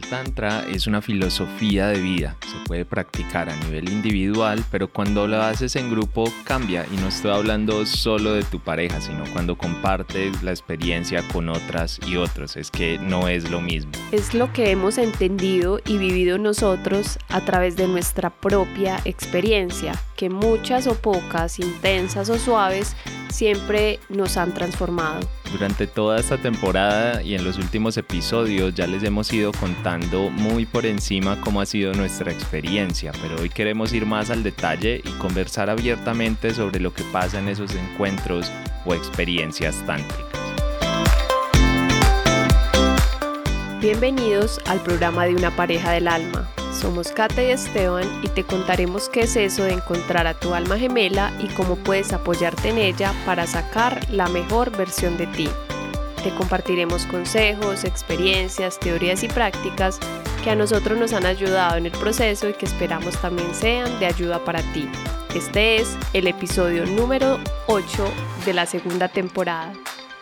Tantra es una filosofía de vida, se puede practicar a nivel individual, pero cuando lo haces en grupo cambia, y no estoy hablando solo de tu pareja, sino cuando compartes la experiencia con otras y otros, es que no es lo mismo. Es lo que hemos entendido y vivido nosotros a través de nuestra propia experiencia, que muchas o pocas, intensas o suaves, siempre nos han transformado. Durante toda esta temporada y en los últimos episodios ya les hemos ido contando muy por encima cómo ha sido nuestra experiencia, pero hoy queremos ir más al detalle y conversar abiertamente sobre lo que pasa en esos encuentros o experiencias tántricas. Bienvenidos al programa de Una Pareja del Alma. Somos Kate y Esteban y te contaremos qué es eso de encontrar a tu alma gemela y cómo puedes apoyarte en ella para sacar la mejor versión de ti. Te compartiremos consejos, experiencias, teorías y prácticas que a nosotros nos han ayudado en el proceso y que esperamos también sean de ayuda para ti. Este es el episodio número 8 de la segunda temporada.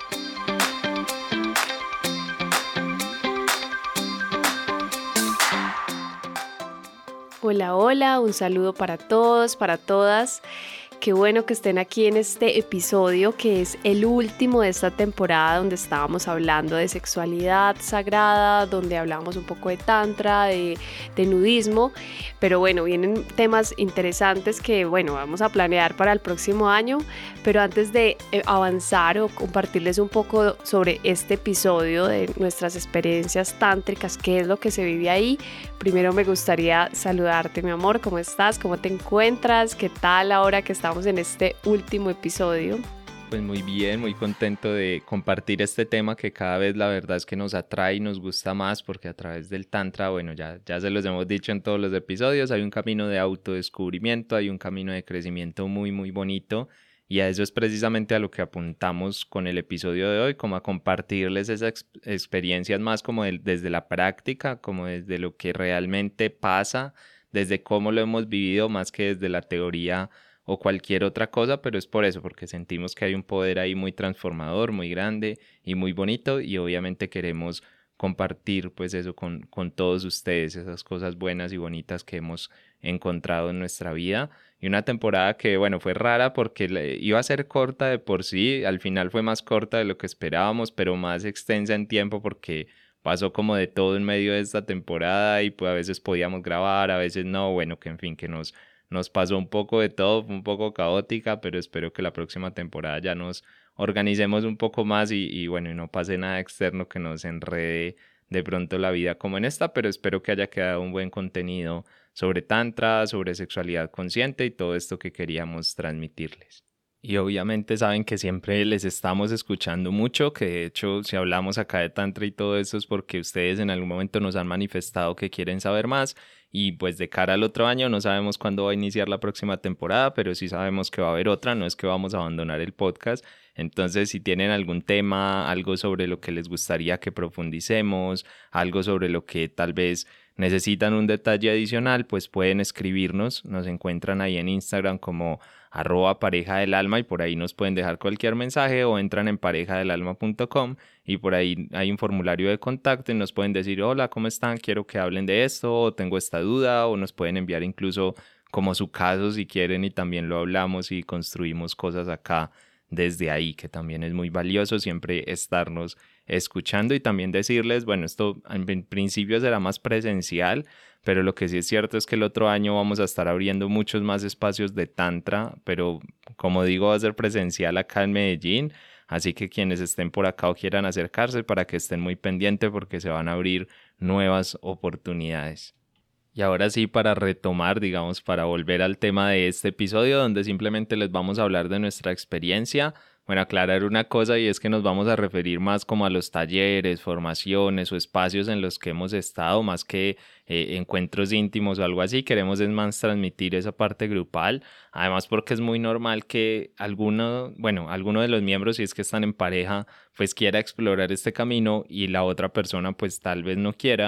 Hola, hola, un saludo para todos, para todas. Qué bueno que estén aquí en este episodio que es el último de esta temporada donde estábamos hablando de sexualidad sagrada, donde hablamos un poco de tantra, de nudismo, pero bueno, vienen temas interesantes que bueno, vamos a planear para el próximo año, pero antes de avanzar o compartirles un poco sobre este episodio de nuestras experiencias tántricas, qué es lo que se vive ahí, primero me gustaría saludarte, mi amor, ¿cómo estás? ¿Cómo te encuentras? ¿Qué tal ahora que estamos en este último episodio? Pues muy bien, muy contento de compartir este tema que cada vez la verdad es que nos atrae y nos gusta más, porque a través del Tantra, bueno, ya se los hemos dicho en todos los episodios, hay un camino de autodescubrimiento, hay un camino de crecimiento muy, muy bonito, y a eso es precisamente a lo que apuntamos con el episodio de hoy, como a compartirles esas experiencias más como desde la práctica, como desde lo que realmente pasa, desde cómo lo hemos vivido, más que desde la teoría o cualquier otra cosa, pero es por eso, porque sentimos que hay un poder ahí muy transformador, muy grande y muy bonito, y obviamente queremos compartir pues eso con todos ustedes, esas cosas buenas y bonitas que hemos encontrado en nuestra vida. Y una temporada que bueno, fue rara porque iba a ser corta de por sí, al final fue más corta de lo que esperábamos, pero más extensa en tiempo porque pasó como de todo en medio de esta temporada, y pues a veces podíamos grabar, a veces no, bueno, que en fin, que nos pasó un poco de todo, fue un poco caótica, pero espero que la próxima temporada ya nos organicemos un poco más y bueno, y no pase nada externo que nos enrede de pronto la vida como en esta, pero espero que haya quedado un buen contenido sobre tantra, sobre sexualidad consciente y todo esto que queríamos transmitirles. Y obviamente saben que siempre les estamos escuchando mucho, que de hecho si hablamos acá de tantra y todo esto es porque ustedes en algún momento nos han manifestado que quieren saber más, y pues de cara al otro año no sabemos cuándo va a iniciar la próxima temporada, pero sí sabemos que va a haber otra, no es que vamos a abandonar el podcast. Entonces si tienen algún tema, algo sobre lo que les gustaría que profundicemos, algo sobre lo que tal vez necesitan un detalle adicional, pues pueden escribirnos, nos encuentran ahí en Instagram como @parejadelalma y por ahí nos pueden dejar cualquier mensaje, o entran en parejadelalma.com y por ahí hay un formulario de contacto y nos pueden decir hola, ¿cómo están? Quiero que hablen de esto, o tengo esta duda, o nos pueden enviar incluso como su caso si quieren y también lo hablamos y construimos cosas acá desde ahí, que también es muy valioso siempre estarnos escuchando. Y también decirles, bueno, esto en principio será más presencial, pero lo que sí es cierto es que el otro año vamos a estar abriendo muchos más espacios de tantra, pero como digo, va a ser presencial acá en Medellín, así que quienes estén por acá o quieran acercarse, para que estén muy pendientes porque se van a abrir nuevas oportunidades. Y ahora sí, para retomar, digamos, para volver al tema de este episodio, donde simplemente les vamos a hablar de nuestra experiencia. Bueno, aclarar una cosa, y es que nos vamos a referir más como a los talleres, formaciones o espacios en los que hemos estado, más que encuentros íntimos o algo así. Queremos es más transmitir esa parte grupal, además porque es muy normal que alguno de los miembros, si es que están en pareja, pues quiera explorar este camino y la otra persona pues tal vez no quiera,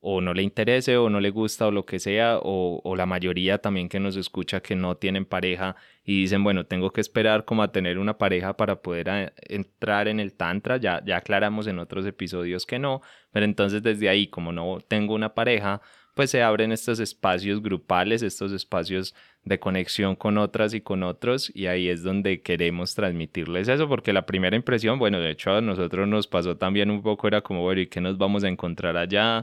o no le interese o no le gusta o lo que sea, o la mayoría también que nos escucha que no tienen pareja y dicen, bueno, tengo que esperar como a tener una pareja para poder entrar en el tantra. Ya aclaramos en otros episodios que no, pero entonces desde ahí, como no tengo una pareja, pues se abren estos espacios grupales, estos espacios de conexión con otras y con otros, y ahí es donde queremos transmitirles eso, porque la primera impresión, bueno, de hecho a nosotros nos pasó también un poco, era como, bueno, ¿y qué nos vamos a encontrar allá?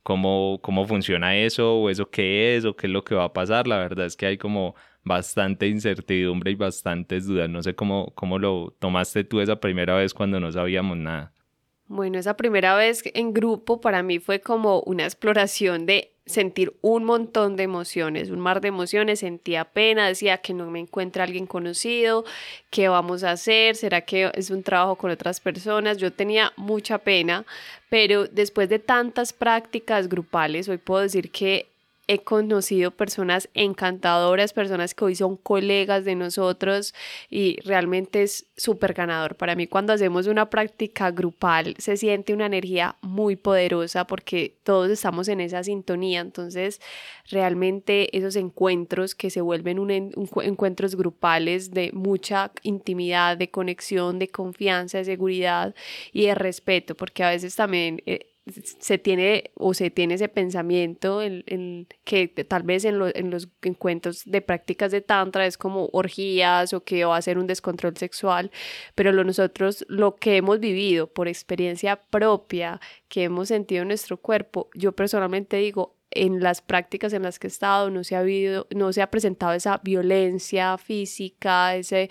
¿Cómo funciona eso? ¿O eso qué es? ¿O qué es lo que va a pasar? La verdad es que hay como bastante incertidumbre y bastantes dudas. No sé cómo lo tomaste tú esa primera vez cuando no sabíamos nada. Bueno, esa primera vez en grupo para mí fue como una exploración de sentir un montón de emociones, un mar de emociones. Sentía pena, decía que no me encuentra alguien conocido, ¿qué vamos a hacer? ¿Será que es un trabajo con otras personas? Yo tenía mucha pena, pero después de tantas prácticas grupales, hoy puedo decir que he conocido personas encantadoras, personas que hoy son colegas de nosotros y realmente es súper ganador. Para mí, cuando hacemos una práctica grupal se siente una energía muy poderosa porque todos estamos en esa sintonía. Entonces realmente esos encuentros que se vuelven encuentros grupales de mucha intimidad, de conexión, de confianza, de seguridad y de respeto, porque a veces también se tiene ese pensamiento que tal vez en los encuentros de prácticas de tantra es como orgías o que va a ser un descontrol sexual, pero nosotros lo que hemos vivido por experiencia propia, que hemos sentido en nuestro cuerpo, yo personalmente digo, en las prácticas en las que he estado no se ha presentado esa violencia física, ese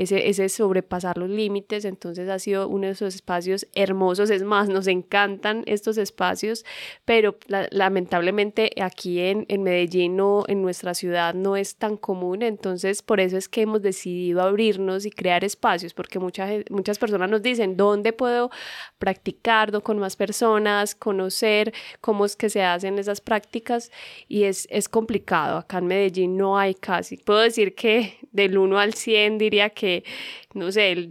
sobrepasar los límites. Entonces ha sido uno de esos espacios hermosos. Es más, nos encantan estos espacios, pero lamentablemente aquí en Medellín, en nuestra ciudad, no es tan común. Entonces por eso es que hemos decidido abrirnos y crear espacios, porque muchas personas nos dicen, ¿dónde puedo practicar con más personas, conocer cómo es que se hacen esas prácticas? Y es complicado. Acá en Medellín no hay casi. Puedo decir que del 1 al 100 diría que, no sé, el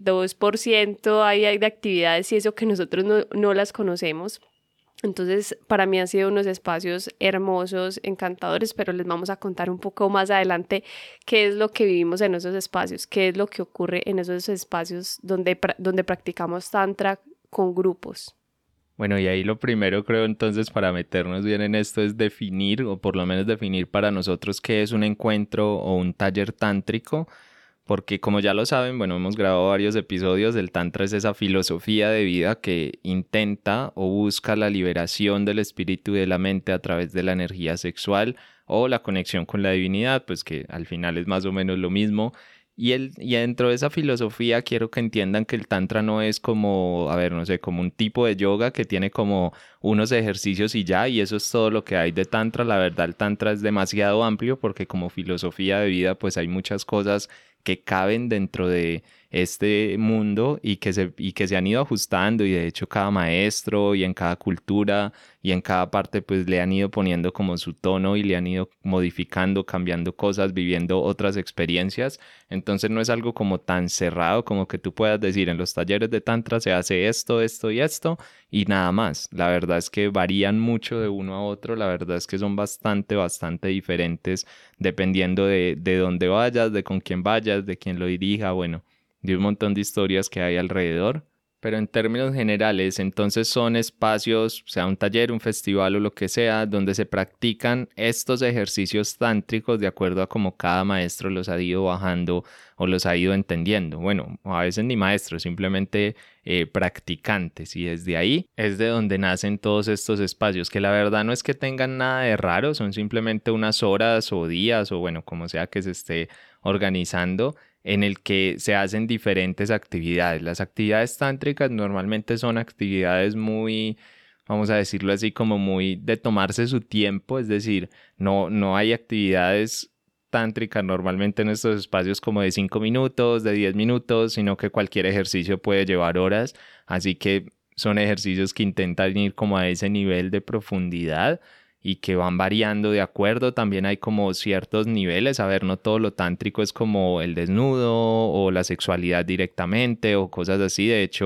2% hay de actividades y eso que nosotros no las conocemos. Entonces, para mí han sido unos espacios hermosos, encantadores, pero les vamos a contar un poco más adelante qué es lo que vivimos en esos espacios, qué es lo que ocurre en esos espacios donde practicamos tantra con grupos. Bueno, y ahí lo primero creo entonces para meternos bien en esto es definir, o por lo menos definir para nosotros qué es un encuentro o un taller tántrico, porque como ya lo saben, bueno, hemos grabado varios episodios, el tantra es esa filosofía de vida que intenta o busca la liberación del espíritu y de la mente a través de la energía sexual o la conexión con la divinidad, pues que al final es más o menos lo mismo. Y dentro de esa filosofía quiero que entiendan que el tantra no es como, a ver, no sé, como un tipo de yoga que tiene como unos ejercicios y ya, y eso es todo lo que hay de tantra. La verdad, el tantra es demasiado amplio porque como filosofía de vida, pues hay muchas cosas que caben dentro de este mundo y que se han ido ajustando, y de hecho cada maestro y en cada cultura y en cada parte pues le han ido poniendo como su tono y le han ido modificando, cambiando cosas, viviendo otras experiencias. Entonces no es algo como tan cerrado como que tú puedas decir en los talleres de tantra se hace esto, esto y esto y nada más. La verdad es que varían mucho de uno a otro, la verdad es que son bastante diferentes dependiendo de dónde vayas, de con quién vayas, de quién lo dirija, bueno, de un montón de historias que hay alrededor. Pero en términos generales, entonces son espacios, sea un taller, un festival o lo que sea, donde se practican estos ejercicios tántricos de acuerdo a cómo cada maestro los ha ido bajando o los ha ido entendiendo. Bueno, a veces ni maestros, simplemente practicantes. Y desde ahí es de donde nacen todos estos espacios, que la verdad no es que tengan nada de raro, son simplemente unas horas o días o bueno, como sea que se esté organizando, en el que se hacen diferentes actividades. Las actividades tántricas normalmente son actividades muy, vamos a decirlo así, como muy de tomarse su tiempo, es decir, no hay actividades tántricas normalmente en estos espacios como de 5 minutos, de 10 minutos, sino que cualquier ejercicio puede llevar horas, así que son ejercicios que intentan ir como a ese nivel de profundidad y que van variando de acuerdo. También hay como ciertos niveles, a ver, no todo lo tántrico es como el desnudo o la sexualidad directamente o cosas así. De hecho,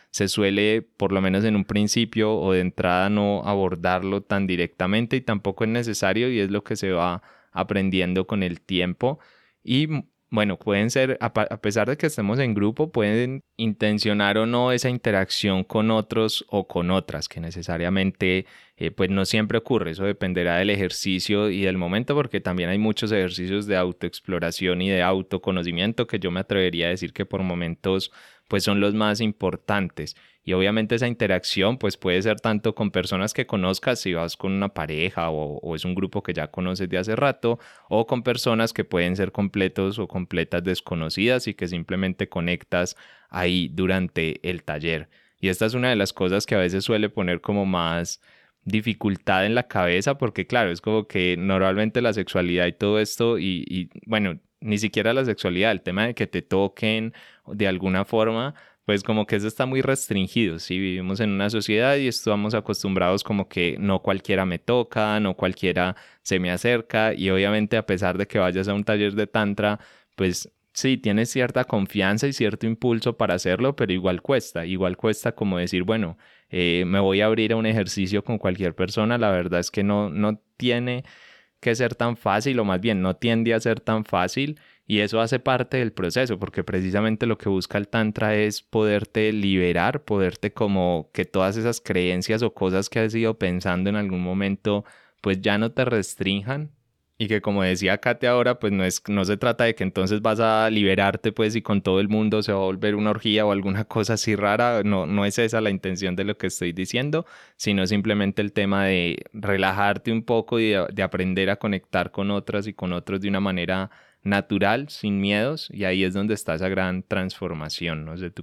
se suele, por lo menos en un principio o de entrada, no abordarlo tan directamente y tampoco es necesario y es lo que se va aprendiendo con el tiempo. Y bueno, pueden ser, a pesar de que estemos en grupo, pueden intencionar o no esa interacción con otros o con otras, que necesariamente pues no siempre ocurre. Eso dependerá del ejercicio y del momento, porque también hay muchos ejercicios de autoexploración y de autoconocimiento que yo me atrevería a decir que por momentos pues son los más importantes. Y obviamente esa interacción pues puede ser tanto con personas que conozcas si vas con una pareja o es un grupo que ya conoces de hace rato, o con personas que pueden ser completos o completas desconocidas y que simplemente conectas ahí durante el taller. Y esta es una de las cosas que a veces suele poner como más dificultad en la cabeza, porque claro, es como que normalmente la sexualidad y todo esto y bueno, ni siquiera la sexualidad, el tema de que te toquen de alguna forma, pues como que eso está muy restringido, ¿sí? Vivimos en una sociedad y estamos acostumbrados como que no cualquiera me toca, no cualquiera se me acerca, y obviamente a pesar de que vayas a un taller de tantra, pues sí, tienes cierta confianza y cierto impulso para hacerlo, pero igual cuesta como decir, bueno, me voy a abrir a un ejercicio con cualquier persona. La verdad es que no tiene que ser tan fácil, o más bien no tiende a ser tan fácil, y eso hace parte del proceso, porque precisamente lo que busca el tantra es poderte liberar, poderte como que todas esas creencias o cosas que has ido pensando en algún momento pues ya no te restrinjan. Y que como decía Kate ahora, pues no se trata de que entonces vas a liberarte pues y con todo el mundo se va a volver una orgía o alguna cosa así rara. No es esa la intención de lo que estoy diciendo, sino simplemente el tema de relajarte un poco y de aprender a conectar con otras y con otros de una manera natural, sin miedos, y ahí es donde está esa gran transformación. No sé tú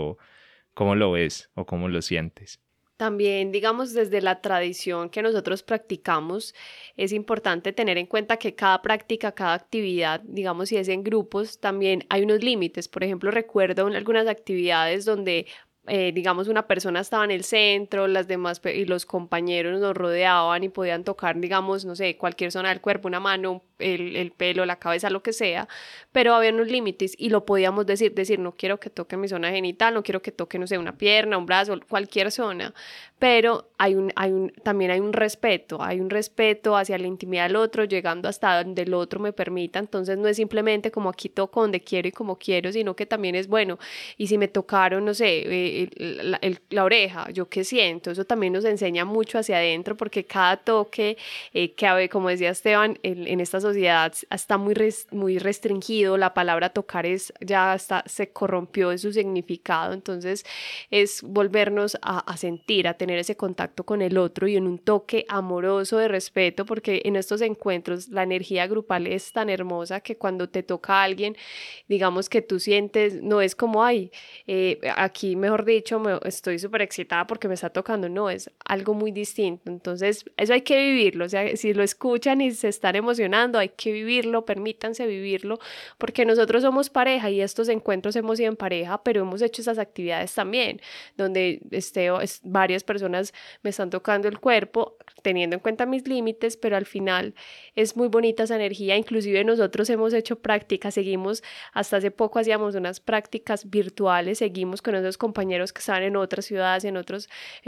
cómo lo ves o cómo lo sientes. También, digamos, desde la tradición que nosotros practicamos, es importante tener en cuenta que cada práctica, cada actividad, digamos, si es en grupos, también hay unos límites. Por ejemplo, recuerdo en algunas actividades donde digamos, una persona estaba en el centro, las demás y los compañeros nos rodeaban y podían tocar, digamos, no sé, cualquier zona del cuerpo, una mano, el pelo, la cabeza, lo que sea, pero había unos límites y lo podíamos decir, no quiero que toque mi zona genital, no quiero que toque, no sé, una pierna, un brazo, cualquier zona, pero también hay un respeto hacia la intimidad del otro, llegando hasta donde el otro me permita. Entonces no es simplemente como aquí toco donde quiero y como quiero, sino que también es bueno, y si me tocaron, no sé, la oreja, yo qué siento, eso también nos enseña mucho hacia adentro, porque cada toque, que como decía Esteban, en esta sociedad está muy restringido, la palabra tocar se corrompió de su significado. Entonces es volvernos a sentir, a tener ese contacto con el otro y en un toque amoroso de respeto, porque en estos encuentros la energía grupal es tan hermosa que cuando te toca a alguien, digamos que tú sientes, no es como, ay, aquí mejor dicho, estoy súper excitada porque me está tocando, no, es algo muy distinto. Entonces eso hay que vivirlo, o sea, si lo escuchan y se están emocionando, hay que vivirlo, permítanse vivirlo, porque nosotros somos pareja y estos encuentros hemos ido en pareja, pero hemos hecho esas actividades también, donde varias personas me están tocando el cuerpo, teniendo en cuenta mis límites, pero al final es muy bonita esa energía. Inclusive nosotros hemos hecho prácticas, seguimos, hasta hace poco hacíamos unas prácticas virtuales, seguimos con esos compañeros que estaban en otras ciudades, en otros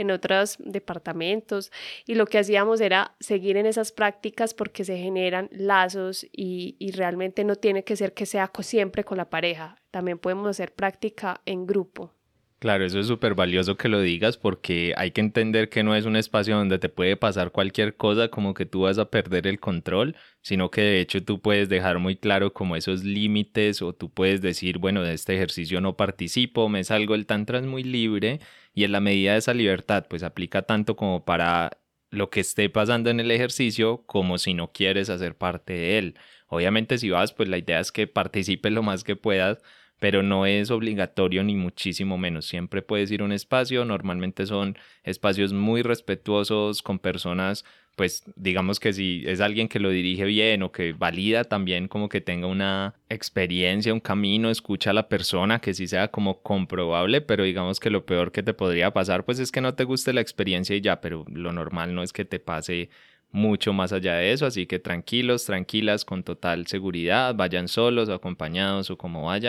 departamentos, y lo que hacíamos era seguir en esas prácticas porque se generan lazos y realmente no tiene que ser que sea siempre con la pareja, también podemos hacer práctica en grupo. Claro, eso es súper valioso que lo digas, porque hay que entender que no es un espacio donde te puede pasar cualquier cosa, como que tú vas a perder el control, sino que de hecho tú puedes dejar muy claro como esos límites, o tú puedes decir, bueno, de este ejercicio no participo, me salgo. El tantra es muy libre, y en la medida de esa libertad pues aplica tanto como para lo que esté pasando en el ejercicio como si no quieres hacer parte de él. Obviamente si vas, pues la idea es que participes lo más que puedas, pero no es obligatorio ni muchísimo menos. Siempre puedes ir a un espacio, normalmente son espacios muy respetuosos con personas, pues digamos que si es alguien que lo dirige bien o que valida también, como que tenga una experiencia, un camino, escucha a la persona, que sí sea como comprobable. Pero digamos que lo peor que te podría pasar pues es que no te guste la experiencia y ya, pero lo normal no es que te pase mucho más allá de eso, así que tranquilos, tranquilas, con total seguridad, vayan solos, acompañados o como vayan,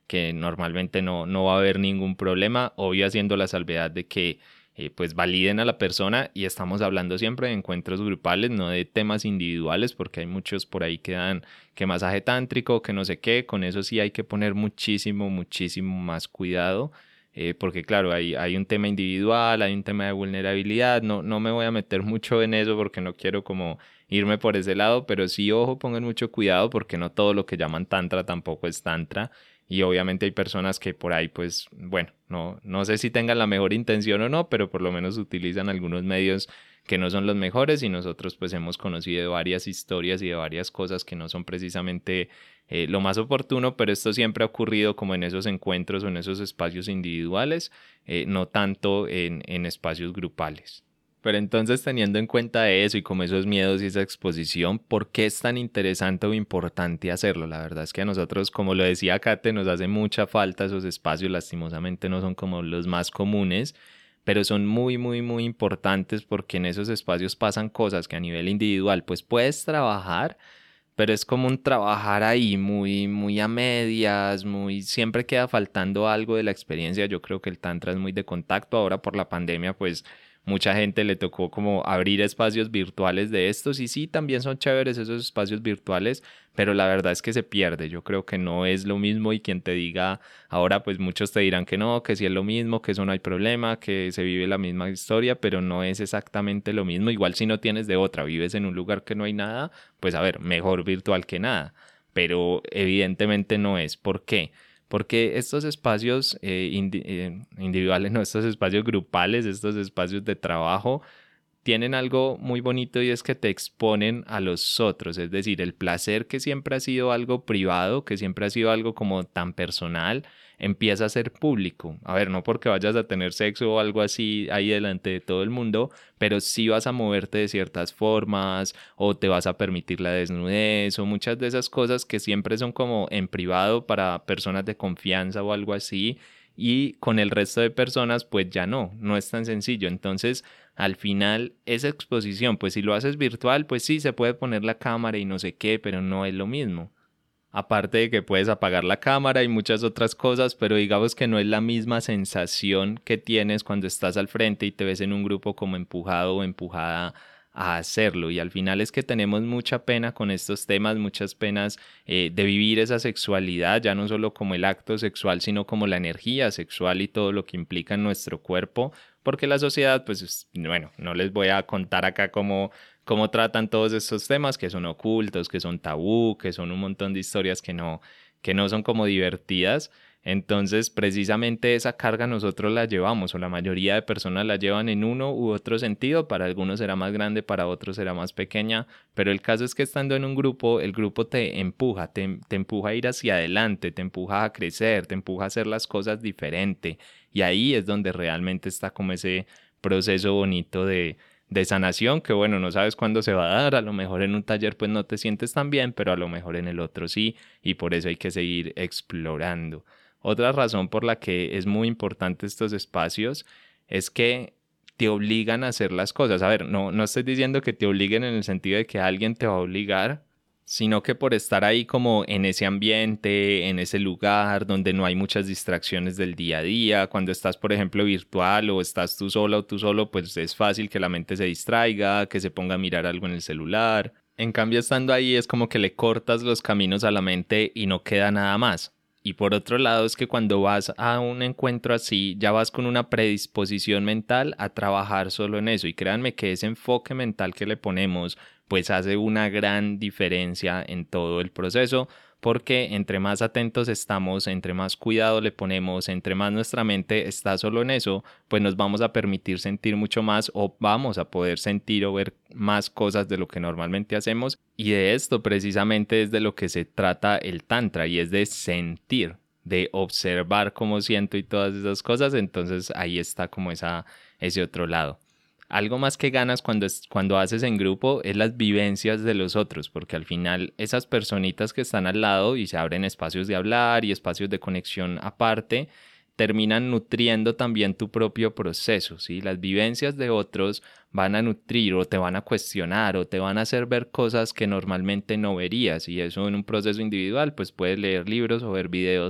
que normalmente no va a haber ningún problema, obvio haciendo la salvedad de que pues validen a la persona, y estamos hablando siempre de encuentros grupales, no de temas individuales, porque hay muchos por ahí que dan que masaje tántrico, que no sé qué. Con eso sí hay que poner muchísimo, muchísimo más cuidado, porque claro, hay un tema individual, hay un tema de vulnerabilidad. No me voy a meter mucho en eso porque no quiero como irme por ese lado, pero sí, ojo, pongan mucho cuidado porque no todo lo que llaman tantra tampoco es tantra. Y obviamente hay personas que por ahí, pues, bueno, no sé si tengan la mejor intención o no, pero por lo menos utilizan algunos medios que no son los mejores, y nosotros pues hemos conocido de varias historias y de varias cosas que no son precisamente lo más oportuno, pero esto siempre ha ocurrido como en esos encuentros o en esos espacios individuales, no tanto en espacios grupales. Pero entonces, teniendo en cuenta eso y como esos miedos y esa exposición, ¿por qué es tan interesante o importante hacerlo? La verdad es que a nosotros, como lo decía Kate, nos hace mucha falta esos espacios. Lastimosamente no son como los más comunes, pero son muy, muy, muy importantes, porque en esos espacios pasan cosas que a nivel individual pues puedes trabajar, pero es como un trabajar ahí muy, muy a medias, muy, siempre queda faltando algo de la experiencia. Yo creo que el tantra es muy de contacto. Ahora por la pandemia pues mucha gente le tocó como abrir espacios virtuales de estos, y sí, también son chéveres esos espacios virtuales, pero la verdad es que se pierde. Yo creo que no es lo mismo, y quien te diga ahora, pues muchos te dirán que no, que sí es lo mismo, que eso no hay problema, que se vive la misma historia, pero no es exactamente lo mismo. Igual si no tienes de otra, vives en un lugar que no hay nada, pues a ver, mejor virtual que nada, pero evidentemente no es. ¿Por qué? Porque estos espacios individuales, no, estos espacios grupales, estos espacios de trabajo, tienen algo muy bonito, y es que te exponen a los otros. Es decir, el placer, que siempre ha sido algo privado, que siempre ha sido algo como tan personal, empieza a ser público. A ver, no porque vayas a tener sexo o algo así ahí delante de todo el mundo, pero sí vas a moverte de ciertas formas, o te vas a permitir la desnudez, o muchas de esas cosas que siempre son como en privado para personas de confianza o algo así, y con el resto de personas pues ya no es tan sencillo. Entonces, al final, esa exposición, pues si lo haces virtual, pues sí, se puede poner la cámara y no sé qué, pero no es lo mismo. Aparte de que puedes apagar la cámara y muchas otras cosas, pero digamos que no es la misma sensación que tienes cuando estás al frente y te ves en un grupo como empujado o empujada a hacerlo. Y al final es que tenemos mucha pena con estos temas, muchas penas de vivir esa sexualidad, ya no solo como el acto sexual, sino como la energía sexual y todo lo que implica en nuestro cuerpo, porque la sociedad, pues bueno, no les voy a contar acá cómo tratan todos estos temas que son ocultos, que son tabú, que son un montón de historias que no son como divertidas. Entonces, precisamente esa carga nosotros la llevamos, o la mayoría de personas la llevan en uno u otro sentido. Para algunos será más grande, para otros será más pequeña, pero el caso es que estando en un grupo, el grupo te empuja, te empuja a ir hacia adelante, te empuja a crecer, te empuja a hacer las cosas diferente, y ahí es donde realmente está como ese proceso bonito de sanación, que bueno, no sabes cuándo se va a dar. A lo mejor en un taller pues no te sientes tan bien, pero a lo mejor en el otro sí, y por eso hay que seguir explorando. Otra razón por la que es muy importante estos espacios es que te obligan a hacer las cosas. A ver, no estoy diciendo que te obliguen en el sentido de que alguien te va a obligar, sino que por estar ahí como en ese ambiente, en ese lugar donde no hay muchas distracciones del día a día. Cuando estás, por ejemplo, virtual, o estás tú sola o tú solo, pues es fácil que la mente se distraiga, que se ponga a mirar algo en el celular. En cambio, estando ahí es como que le cortas los caminos a la mente y no queda nada más. Y por otro lado es que cuando vas a un encuentro así, ya vas con una predisposición mental a trabajar solo en eso. Y créanme que ese enfoque mental que le ponemos pues hace una gran diferencia en todo el proceso, porque entre más atentos estamos, entre más cuidado le ponemos, entre más nuestra mente está solo en eso, pues nos vamos a permitir sentir mucho más, o vamos a poder sentir o ver más cosas de lo que normalmente hacemos. Y de esto precisamente es de lo que se trata el tantra, y es de sentir, de observar cómo siento y todas esas cosas. Entonces ahí está como ese otro lado. Algo más que ganas cuando haces en grupo es las vivencias de los otros, porque al final esas personitas que están al lado y se abren espacios de hablar y espacios de conexión aparte, terminan nutriendo también tu propio proceso, ¿sí? Las vivencias de otros van a nutrir, o te van a cuestionar, o te van a hacer ver cosas que normalmente no verías, y eso en un proceso individual pues puedes leer libros o ver videos,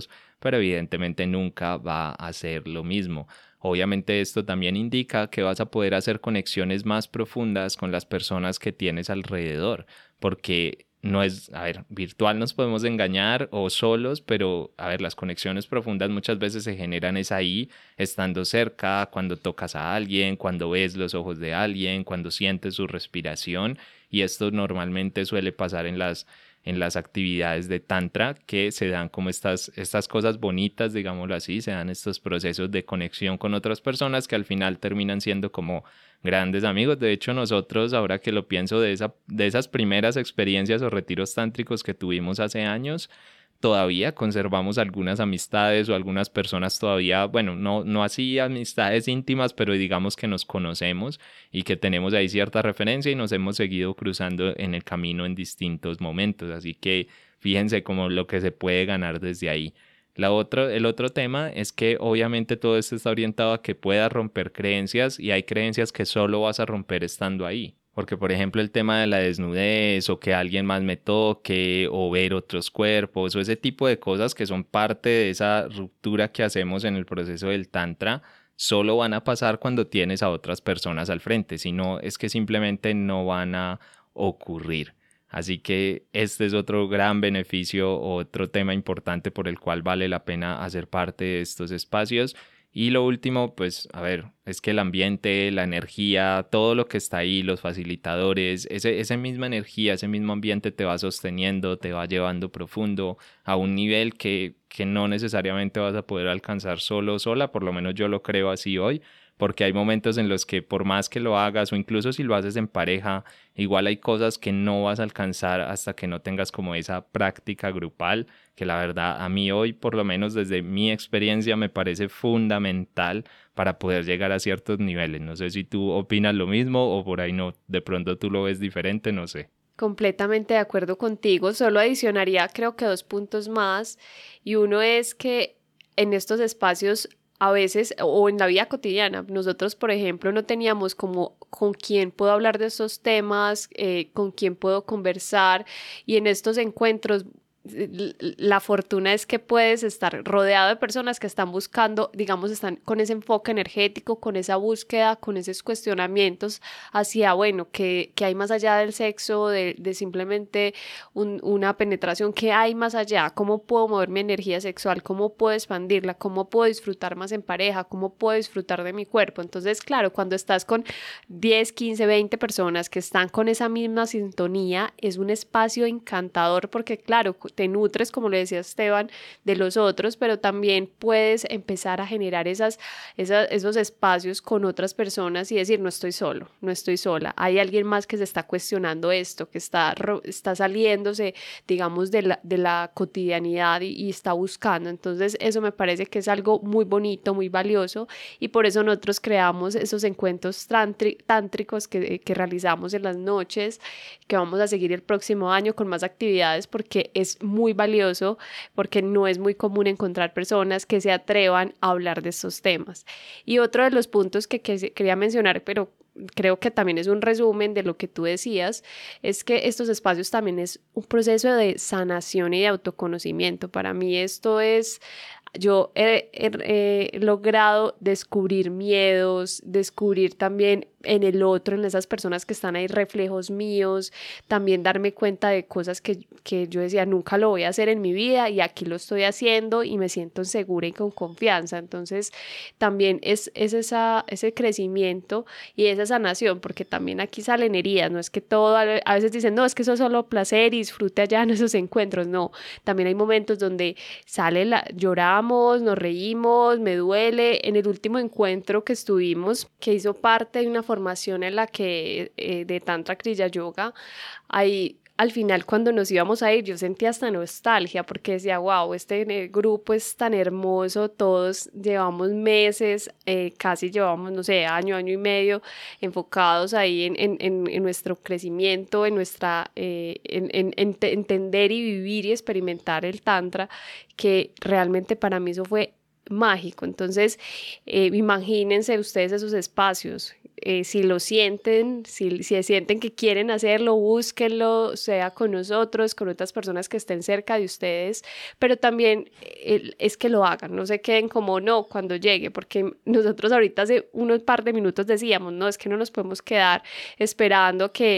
pero evidentemente nunca va a ser lo mismo. Obviamente esto también indica que vas a poder hacer conexiones más profundas con las personas que tienes alrededor, porque no es, a ver, virtual nos podemos engañar o solos, pero a ver, las conexiones profundas muchas veces se generan es ahí, estando cerca, cuando tocas a alguien, cuando ves los ojos de alguien, cuando sientes su respiración, y esto normalmente suele pasar en las actividades de tantra, que se dan como estas cosas bonitas, digámoslo así, se dan estos procesos de conexión con otras personas que al final terminan siendo como grandes amigos. De hecho, nosotros, ahora que lo pienso, de esas primeras experiencias o retiros tántricos que tuvimos hace años, todavía conservamos algunas amistades o algunas personas todavía, bueno, no así amistades íntimas, pero digamos que nos conocemos y que tenemos ahí cierta referencia y nos hemos seguido cruzando en el camino en distintos momentos. Así que fíjense como lo que se puede ganar desde ahí. El otro tema es que obviamente todo esto está orientado a que puedas romper creencias y hay creencias que solo vas a romper estando ahí. Porque, por ejemplo, el tema de la desnudez o que alguien más me toque o ver otros cuerpos o ese tipo de cosas que son parte de esa ruptura que hacemos en el proceso del tantra, solo van a pasar cuando tienes a otras personas al frente. Si no, es que simplemente no van a ocurrir. Así que este es otro gran beneficio, otro tema importante por el cual vale la pena hacer parte de estos espacios. Y lo último, pues, a ver, es que el ambiente, la energía, todo lo que está ahí, los facilitadores, esa misma energía, ese mismo ambiente te va sosteniendo, te va llevando profundo a un nivel que no necesariamente vas a poder alcanzar solo o sola, por lo menos yo lo creo así hoy, porque hay momentos en los que por más que lo hagas o incluso si lo haces en pareja, igual hay cosas que no vas a alcanzar hasta que no tengas como esa práctica grupal, que la verdad a mí hoy, por lo menos desde mi experiencia, me parece fundamental para poder llegar a ciertos niveles. No sé si tú opinas lo mismo o por ahí no, de pronto tú lo ves diferente, no sé. Completamente de acuerdo contigo, solo adicionaría creo que 2 puntos más y uno es que en estos espacios a veces o en la vida cotidiana, nosotros por ejemplo no teníamos como con quién puedo hablar de estos temas, con quién puedo conversar y en estos encuentros la fortuna es que puedes estar rodeado de personas que están buscando, digamos, están con ese enfoque energético, con esa búsqueda, con esos cuestionamientos hacia, bueno, que hay más allá del sexo, de simplemente una penetración, ¿qué hay más allá? ¿Cómo puedo mover mi energía sexual? ¿Cómo puedo expandirla? ¿Cómo puedo disfrutar más en pareja? ¿Cómo puedo disfrutar de mi cuerpo? Entonces, claro, cuando estás con 10, 15, 20 personas que están con esa misma sintonía, es un espacio encantador porque, claro, te nutres, como le decía Esteban, de los otros, pero también puedes empezar a generar esos espacios con otras personas y decir, no estoy solo, no estoy sola, hay alguien más que se está cuestionando esto, que está saliéndose, digamos, de la cotidianidad y está buscando. Entonces, eso me parece que es algo muy bonito, muy valioso y por eso nosotros creamos esos encuentros tántricos que realizamos en las noches, que vamos a seguir el próximo año con más actividades porque es muy valioso, porque no es muy común encontrar personas que se atrevan a hablar de estos temas. Y otro de los puntos que quería mencionar, pero creo que también es un resumen de lo que tú decías, es que estos espacios también es un proceso de sanación y de autoconocimiento. Para mí esto es... Yo he logrado descubrir miedos, descubrir también en el otro, en esas personas que están ahí, reflejos míos, también darme cuenta de cosas que yo decía nunca lo voy a hacer en mi vida y aquí lo estoy haciendo y me siento segura y con confianza. Entonces también es ese crecimiento y esa sanación, porque también aquí salen heridas, no es que todo, a veces dicen, no, es que eso es solo placer y disfrute allá en esos encuentros, no, también hay momentos donde lloramos, nos reímos, me duele. En el último encuentro que estuvimos, que hizo parte de una formación en la que de Tantra Kriya Yoga, ahí al final cuando nos íbamos a ir yo sentía hasta nostalgia porque decía, wow, este grupo es tan hermoso, todos llevamos meses, casi llevamos, no sé, año y medio enfocados ahí en nuestro crecimiento, en nuestra entender y vivir y experimentar el Tantra, que realmente para mí eso fue mágico. Entonces, imagínense ustedes esos espacios si lo sienten, si sienten que quieren hacerlo, búsquenlo, sea con nosotros, con otras personas que estén cerca de ustedes, pero también es que lo hagan, no se queden como no cuando llegue, porque nosotros ahorita hace unos par de minutos decíamos, no, es que no nos podemos quedar esperando que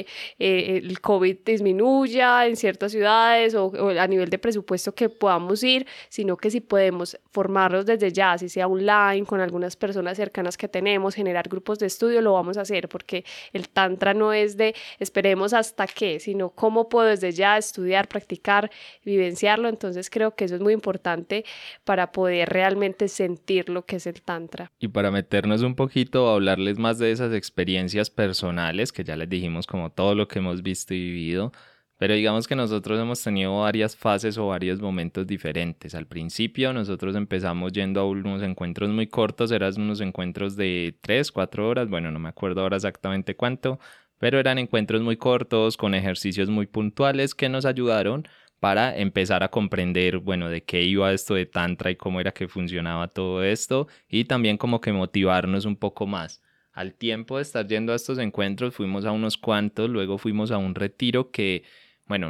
el COVID disminuya en ciertas ciudades o a nivel de presupuesto que podamos ir, sino que si podemos formarnos desde ya, así sea online, con algunas personas cercanas que tenemos, generar grupos de estudio, lo vamos a hacer, porque el tantra no es de esperemos hasta qué, sino cómo puedo desde ya estudiar, practicar, vivenciarlo. Entonces creo que eso es muy importante para poder realmente sentir lo que es el tantra. Y para meternos un poquito a hablarles más de esas experiencias personales, que ya les dijimos como todo lo que hemos visto y vivido, pero digamos que nosotros hemos tenido varias fases o varios momentos diferentes. Al principio nosotros empezamos yendo a unos encuentros muy cortos, eran unos encuentros de 3, 4 horas, bueno, no me acuerdo ahora exactamente cuánto, pero eran encuentros muy cortos con ejercicios muy puntuales que nos ayudaron para empezar a comprender, bueno, de qué iba esto de Tantra y cómo era que funcionaba todo esto y también como que motivarnos un poco más. Al tiempo de estar yendo a estos encuentros fuimos a unos cuantos, luego fuimos a un retiro que bueno,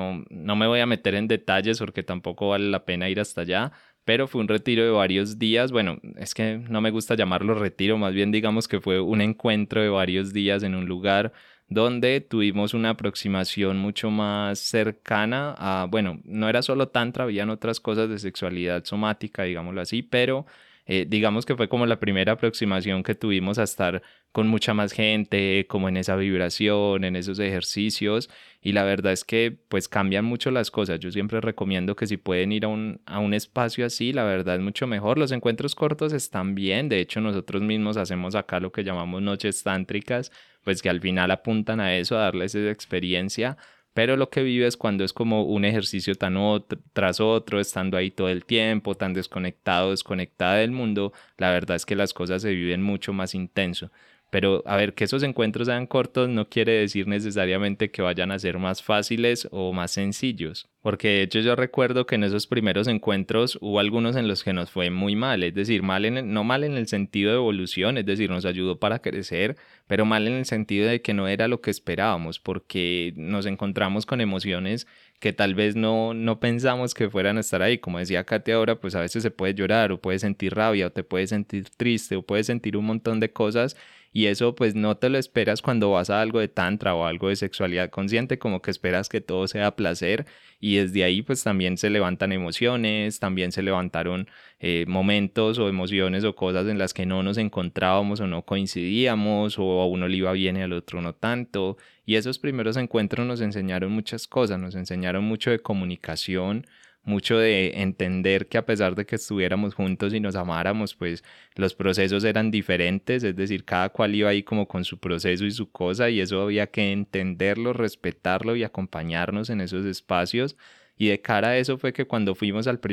no me voy a meter en detalles porque tampoco vale la pena ir hasta allá, pero fue un retiro de varios días. Bueno, es que no me gusta llamarlo retiro, más bien digamos que fue un encuentro de varios días en un lugar donde tuvimos una aproximación mucho más cercana a, bueno, no era solo tantra, habían otras cosas de sexualidad somática, digámoslo así, pero digamos que fue como la primera aproximación que tuvimos a estar con mucha más gente, como en esa vibración, en esos ejercicios, y la verdad es que pues cambian mucho las cosas. Yo siempre recomiendo que si pueden ir a un espacio así, la verdad es mucho mejor. Los encuentros cortos están bien, de hecho nosotros mismos hacemos acá lo que llamamos noches tántricas, pues que al final apuntan a eso, a darles esa experiencia, pero lo que vives cuando es como un ejercicio tras otro, estando ahí todo el tiempo, tan desconectado, desconectada del mundo, la verdad es que las cosas se viven mucho más intenso. Pero a ver, que esos encuentros sean cortos no quiere decir necesariamente que vayan a ser más fáciles o más sencillos. Porque de hecho yo recuerdo que en esos primeros encuentros hubo algunos en los que nos fue muy mal. Es decir, no mal en el sentido de evolución, es decir, nos ayudó para crecer, pero mal en el sentido de que no era lo que esperábamos, porque nos encontramos con emociones que tal vez no pensamos que fueran a estar ahí. Como decía Katia ahora, pues a veces se puede llorar o puedes sentir rabia o te puedes sentir triste o puedes sentir un montón de cosas y eso pues no te lo esperas cuando vas a algo de tantra o algo de sexualidad consciente, como que esperas que todo sea placer y desde ahí pues también se levantan emociones, también se levantaron momentos o emociones o cosas en las que no nos encontrábamos o no coincidíamos o a uno le iba bien y al otro no tanto. Y esos primeros encuentros nos enseñaron muchas cosas, nos enseñaron mucho de comunicación, mucho de entender que a pesar de que estuviéramos juntos y nos amáramos, pues los procesos eran diferentes, es decir, cada cual iba ahí como con su proceso y su cosa y eso había que entenderlo, respetarlo y acompañarnos en esos espacios. Y de cara a eso fue que cuando fuimos al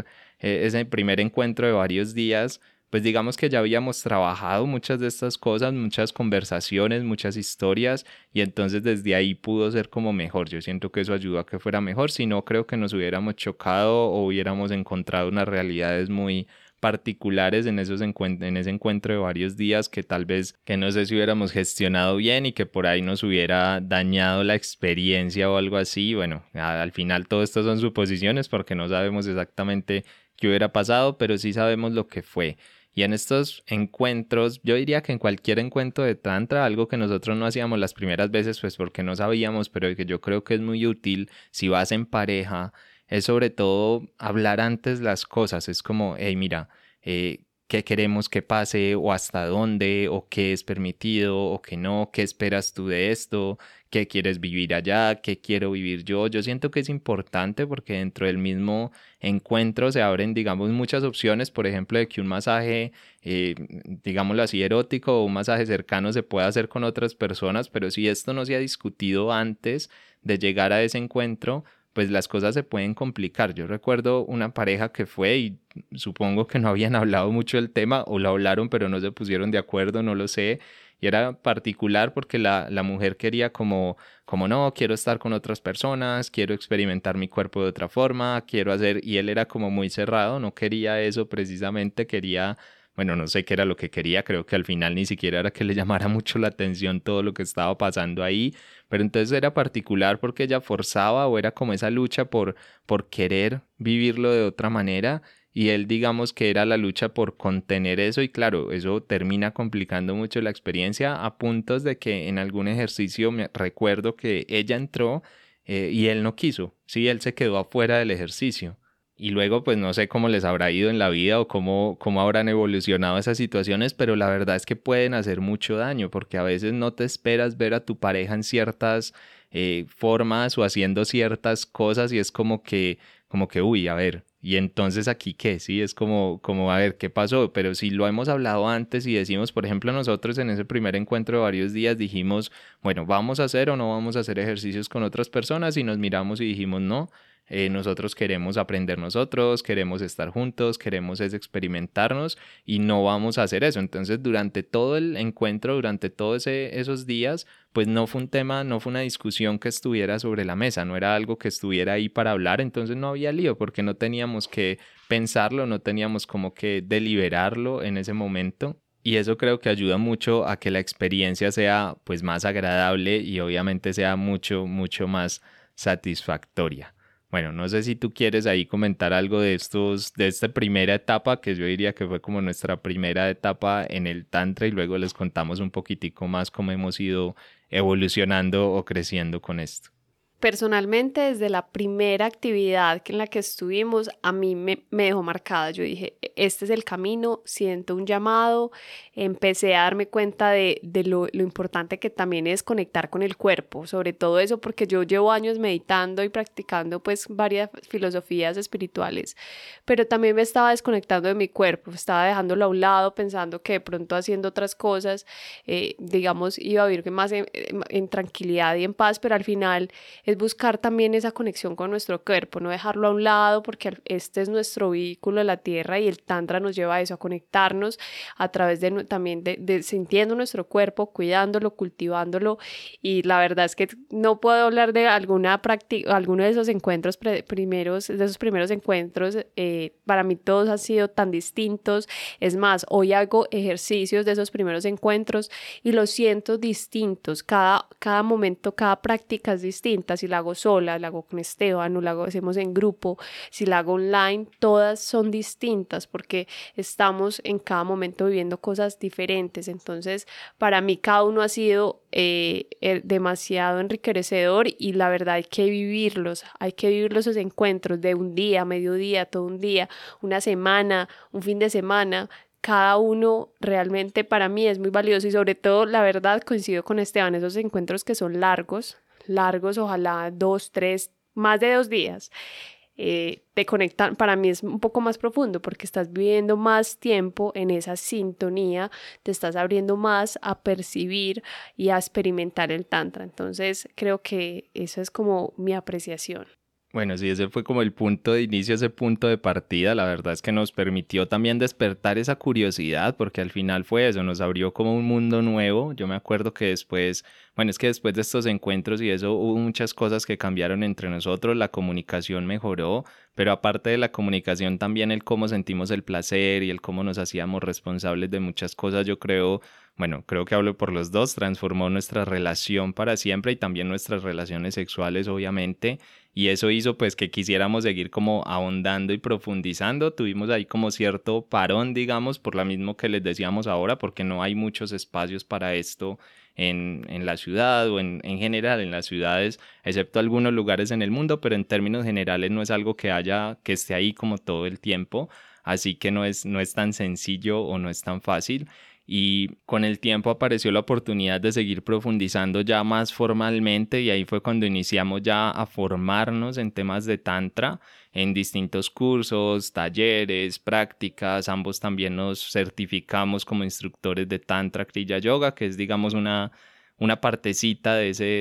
ese primer encuentro de varios días, pues digamos que ya habíamos trabajado muchas de estas cosas, muchas conversaciones, muchas historias y entonces desde ahí pudo ser como mejor. Yo siento que eso ayudó a que fuera mejor, si no creo que nos hubiéramos chocado o hubiéramos encontrado unas realidades muy particulares en en ese encuentro de varios días que tal vez que no sé si hubiéramos gestionado bien y que por ahí nos hubiera dañado la experiencia o algo así. Bueno, al final todo esto son suposiciones porque no sabemos exactamente qué hubiera pasado, pero sí sabemos lo que fue. Y en estos encuentros, yo diría que en cualquier encuentro de tantra, algo que nosotros no hacíamos las primeras veces, pues porque no sabíamos, pero que yo creo que es muy útil si vas en pareja, es sobre todo hablar antes las cosas. Es como, hey, mira, qué queremos que pase o hasta dónde o qué es permitido o qué no, qué esperas tú de esto, qué quieres vivir allá, qué quiero vivir yo. Yo siento que es importante porque dentro del mismo encuentro se abren, digamos, muchas opciones, por ejemplo, de que un masaje, digámoslo así, erótico o un masaje cercano se pueda hacer con otras personas, pero si esto no se ha discutido antes de llegar a ese encuentro, pues las cosas se pueden complicar. Yo recuerdo una pareja que fue y supongo que no habían hablado mucho del tema o lo hablaron pero no se pusieron de acuerdo, no lo sé. Y era particular porque la mujer quería como no, quiero estar con otras personas, quiero experimentar mi cuerpo de otra forma, quiero hacer, y él era como muy cerrado, no quería eso precisamente, quería bueno, no sé qué era lo que quería, creo que al final ni siquiera era que le llamara mucho la atención todo lo que estaba pasando ahí, pero entonces era particular porque ella forzaba o era como esa lucha por querer vivirlo de otra manera y él digamos que era la lucha por contener eso y claro, eso termina complicando mucho la experiencia a puntos de que en algún ejercicio me recuerdo que ella entró y él no quiso, sí, él se quedó afuera del ejercicio. Y luego, pues no sé cómo les habrá ido en la vida o cómo habrán evolucionado esas situaciones, pero la verdad es que pueden hacer mucho daño porque a veces no te esperas ver a tu pareja en ciertas formas o haciendo ciertas cosas y es uy, a ver, ¿y entonces aquí qué? Sí, es como, a ver, ¿qué pasó? Pero si lo hemos hablado antes y decimos, por ejemplo, nosotros en ese primer encuentro de varios días dijimos, bueno, ¿vamos a hacer o no vamos a hacer ejercicios con otras personas? Y nos miramos y dijimos, no. Nosotros queremos aprender nosotros, queremos estar juntos, queremos experimentarnos y no vamos a hacer eso. Entonces, durante todo el encuentro, durante todos esos días, pues no fue un tema, no fue una discusión que estuviera sobre la mesa, no era algo que estuviera ahí para hablar, entonces no había lío porque no teníamos que pensarlo, no teníamos como que deliberarlo en ese momento. Y eso creo que ayuda mucho a que la experiencia sea pues más agradable y obviamente sea mucho, mucho más satisfactoria. Bueno, no sé si tú quieres ahí comentar algo de esta primera etapa, que yo diría que fue como nuestra primera etapa en el Tantra y luego les contamos un poquitico más cómo hemos ido evolucionando o creciendo con esto. Personalmente, desde la primera actividad en la que estuvimos, a mí me dejó marcada. Yo dije, este es el camino, siento un llamado, empecé a darme cuenta de lo importante que también es conectar con el cuerpo, sobre todo eso porque yo llevo años meditando y practicando pues varias filosofías espirituales, pero también me estaba desconectando de mi cuerpo, estaba dejándolo a un lado, pensando que de pronto haciendo otras cosas, digamos, iba a vivir más en tranquilidad y en paz, pero al final es buscar también esa conexión con nuestro cuerpo, no dejarlo a un lado porque este es nuestro vehículo de la tierra y el tantra nos lleva a eso, a conectarnos a través de también de sintiendo nuestro cuerpo, cuidándolo, cultivándolo y la verdad es que no puedo hablar de alguna práctica, alguno de esos encuentros primeros encuentros, para mí todos han sido tan distintos, es más, hoy hago ejercicios de esos primeros encuentros y los siento distintos, cada momento, cada práctica es distinta, si la hago sola, la hago con Esteban, o hacemos en grupo, si la hago online, todas son distintas porque estamos en cada momento viviendo cosas diferentes. Entonces, para mí cada uno ha sido demasiado enriquecedor y la verdad hay que vivirlos esos encuentros de un día, mediodía, todo un día, una semana, un fin de semana. Cada uno realmente para mí es muy valioso y sobre todo, la verdad, coincido con Esteban, esos encuentros que son largos, ojalá 2, 3, más de 2 días, te conectan, para mí es un poco más profundo porque estás viviendo más tiempo en esa sintonía, te estás abriendo más a percibir y a experimentar el tantra, entonces creo que eso es como mi apreciación. Bueno, sí, ese fue como el punto de inicio, ese punto de partida. La verdad es que nos permitió también despertar esa curiosidad, porque al final fue eso, nos abrió como un mundo nuevo. Yo me acuerdo que después, bueno, es que después de estos encuentros y eso hubo muchas cosas que cambiaron entre nosotros, la comunicación mejoró, pero aparte de la comunicación también el cómo sentimos el placer y el cómo nos hacíamos responsables de muchas cosas, yo creo, bueno, creo que hablo por los dos, transformó nuestra relación para siempre y también nuestras relaciones sexuales, obviamente. Y eso hizo pues que quisiéramos seguir como ahondando y profundizando. Tuvimos ahí como cierto parón, digamos, por lo mismo que les decíamos ahora, porque no hay muchos espacios para esto en la ciudad o en general en las ciudades, excepto algunos lugares en el mundo, pero en términos generales no es algo que esté ahí como todo el tiempo. Así que no es tan sencillo o no es tan fácil. Y con el tiempo apareció la oportunidad de seguir profundizando ya más formalmente y ahí fue cuando iniciamos ya a formarnos en temas de tantra en distintos cursos, talleres, prácticas. Ambos también nos certificamos como instructores de Tantra Kriya Yoga, que es digamos una partecita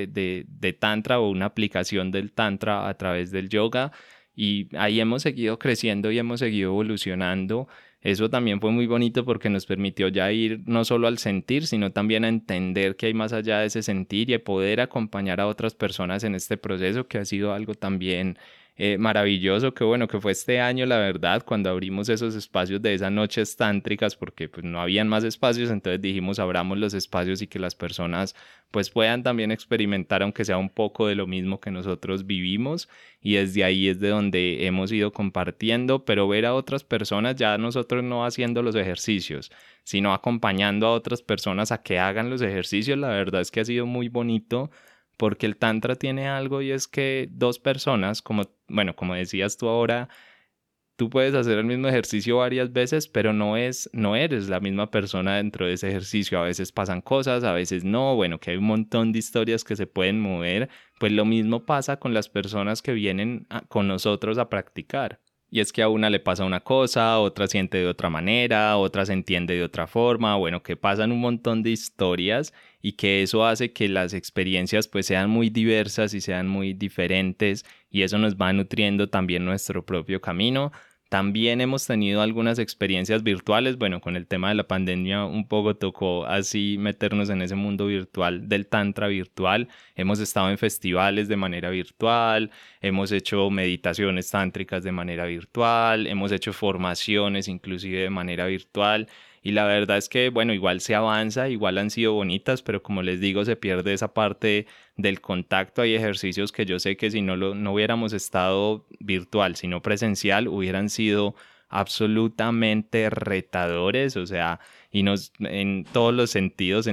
de Tantra o una aplicación del Tantra a través del yoga. Y ahí hemos seguido creciendo y hemos seguido evolucionando. Eso también fue muy bonito porque nos permitió ya ir no solo al sentir, sino también a entender que hay más allá de ese sentir y a poder acompañar a otras personas en este proceso, que ha sido algo también maravilloso, que bueno, que fue este año, la verdad, cuando abrimos esos espacios de esas noches tántricas, porque pues no habían más espacios, entonces dijimos abramos los espacios y que las personas pues puedan también experimentar, aunque sea un poco de lo mismo que nosotros vivimos, y desde ahí es de donde hemos ido compartiendo, pero ver a otras personas, ya nosotros no haciendo los ejercicios, sino acompañando a otras personas a que hagan los ejercicios, la verdad es que ha sido muy bonito porque el tantra tiene algo y es que dos personas, como, bueno, como decías tú ahora, tú puedes hacer el mismo ejercicio varias veces, pero no eres la misma persona dentro de ese ejercicio. A veces pasan cosas, a veces no, bueno, que hay un montón de historias que se pueden mover, pues lo mismo pasa con las personas que vienen con nosotros a practicar. Y es que a una le pasa una cosa, a otra siente de otra manera, a otra se entiende de otra forma, bueno, que pasan un montón de historias y que eso hace que las experiencias pues sean muy diversas y sean muy diferentes y eso nos va nutriendo también nuestro propio camino. También hemos tenido algunas experiencias virtuales, bueno, con el tema de la pandemia un poco tocó así meternos en ese mundo virtual del tantra virtual. Hemos estado en festivales de manera virtual, hemos hecho meditaciones tántricas de manera virtual, hemos hecho formaciones inclusive de manera virtual. Y la verdad es que, bueno, igual se avanza, igual han sido bonitas, pero como les digo, se pierde esa parte del contacto. Hay ejercicios que yo sé que si no hubiéramos estado virtual, sino presencial, hubieran sido absolutamente retadores, o sea, y en todos los sentidos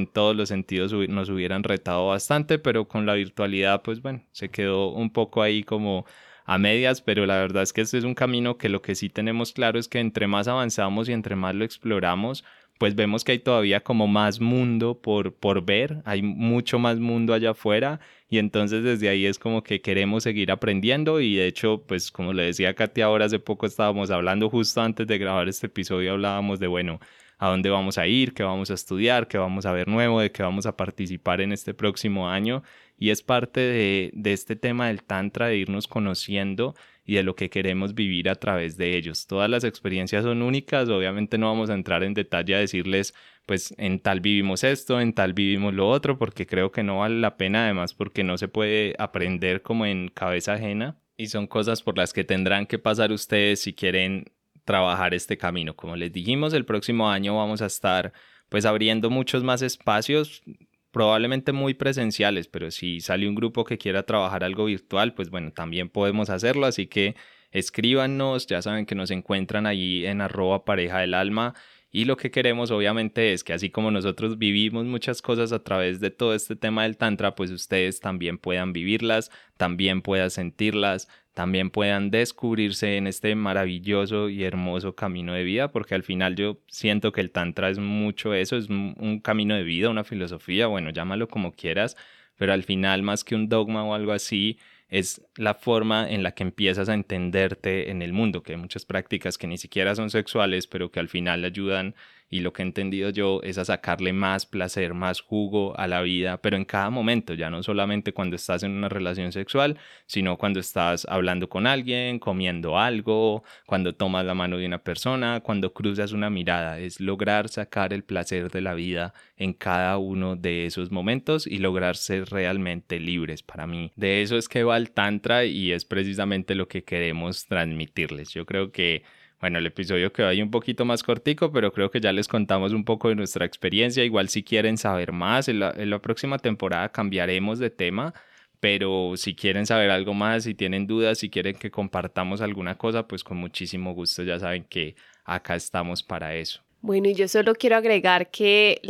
nos hubieran retado bastante, pero con la virtualidad, pues bueno, se quedó un poco ahí como a medias, pero la verdad es que este es un camino que lo que sí tenemos claro es que entre más avanzamos y entre más lo exploramos, pues vemos que hay todavía como más mundo por ver, hay mucho más mundo allá afuera y entonces desde ahí es como que queremos seguir aprendiendo y de hecho, pues como le decía a Katia ahora hace poco estábamos hablando justo antes de grabar este episodio, hablábamos de bueno, a dónde vamos a ir, qué vamos a estudiar, qué vamos a ver nuevo, de qué vamos a participar en este próximo año y es parte de este tema del tantra, de irnos conociendo y de lo que queremos vivir a través de ellos. Todas las experiencias son únicas, obviamente no vamos a entrar en detalle a decirles, pues en tal vivimos esto, en tal vivimos lo otro, porque creo que no vale la pena, además porque no se puede aprender como en cabeza ajena y son cosas por las que tendrán que pasar ustedes si quieren trabajar este camino. Como les dijimos, el próximo año vamos a estar pues abriendo muchos más espacios, probablemente muy presenciales, pero si sale un grupo que quiera trabajar algo virtual, pues bueno, también podemos hacerlo, así que escríbanos, ya saben que nos encuentran allí en @pareja del alma y lo que queremos obviamente es que así como nosotros vivimos muchas cosas a través de todo este tema del tantra, pues ustedes también puedan vivirlas, también puedan sentirlas, también puedan descubrirse en este maravilloso y hermoso camino de vida, porque al final yo siento que el tantra es mucho eso, es un camino de vida, una filosofía, bueno, llámalo como quieras, pero al final más que un dogma o algo así, es la forma en la que empiezas a entenderte en el mundo, que hay muchas prácticas que ni siquiera son sexuales, pero que al final ayudan y lo que he entendido yo es a sacarle más placer, más jugo a la vida, pero en cada momento, ya no solamente cuando estás en una relación sexual, sino cuando estás hablando con alguien, comiendo algo, cuando tomas la mano de una persona, cuando cruzas una mirada, es lograr sacar el placer de la vida en cada uno de esos momentos y lograr ser realmente libres. Para mí, de eso es que va el tantra y es precisamente lo que queremos transmitirles. Yo creo que bueno, el episodio quedó ahí un poquito más cortico, pero creo que ya les contamos un poco de nuestra experiencia. Igual si quieren saber más, en la próxima temporada cambiaremos de tema, pero si quieren saber algo más, si tienen dudas, si quieren que compartamos alguna cosa, pues con muchísimo gusto ya saben que acá estamos para eso. Bueno, y yo solo quiero agregar que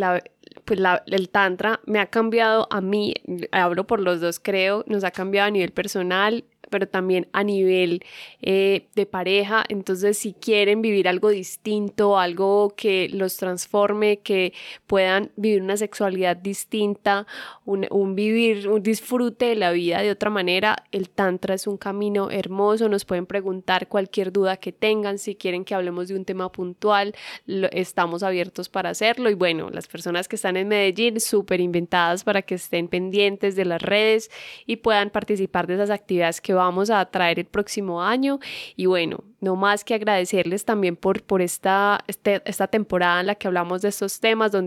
el tantra me ha cambiado a mí, hablo por los dos creo, nos ha cambiado a nivel personal, pero también a nivel de pareja. Entonces si quieren vivir algo distinto, algo que los transforme, que puedan vivir una sexualidad distinta, un disfrute de la vida de otra manera, el tantra es un camino hermoso. Nos pueden preguntar cualquier duda que tengan, si quieren que hablemos de un tema puntual, estamos abiertos para hacerlo. Y bueno, las personas que están en Medellín, súper invitadas para que estén pendientes de las redes y puedan participar de esas actividades que vamos a traer el próximo año. Y bueno, no más que agradecerles también por esta temporada en la que hablamos de estos temas, donde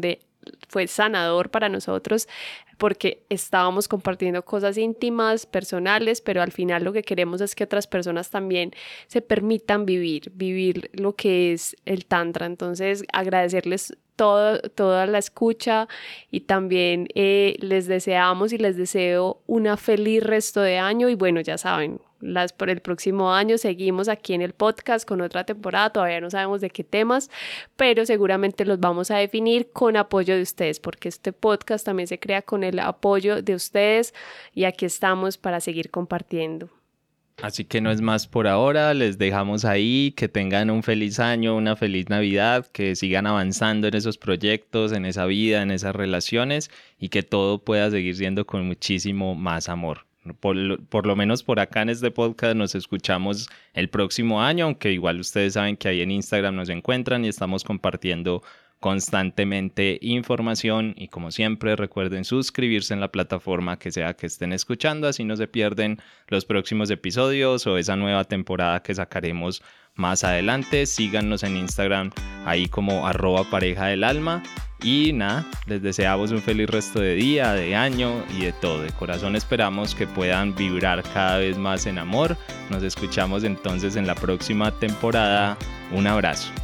fue sanador para nosotros porque estábamos compartiendo cosas íntimas, personales, pero al final lo que queremos es que otras personas también se permitan vivir lo que es el Tantra. Entonces, agradecerles toda la escucha y también les deseamos y les deseo una feliz resto de año y bueno, ya saben, por el próximo año seguimos aquí en el podcast con otra temporada, todavía no sabemos de qué temas, pero seguramente los vamos a definir con apoyo de ustedes, porque este podcast también se crea con el apoyo de ustedes y aquí estamos para seguir compartiendo. Así que no es más por ahora, les dejamos ahí, que tengan un feliz año, una feliz Navidad, que sigan avanzando en esos proyectos, en esa vida, en esas relaciones y que todo pueda seguir siendo con muchísimo más amor. Por lo menos por acá en este podcast nos escuchamos el próximo año, aunque igual ustedes saben que ahí en Instagram nos encuentran y estamos compartiendo constantemente información y como siempre recuerden suscribirse en la plataforma que sea que estén escuchando, así no se pierden los próximos episodios o esa nueva temporada que sacaremos más adelante. Síganos en Instagram ahí como @parejadelalma y nada, les deseamos un feliz resto de día, de año y de todo. De corazón esperamos que puedan vibrar cada vez más en amor. Nos escuchamos entonces en la próxima temporada. Un abrazo.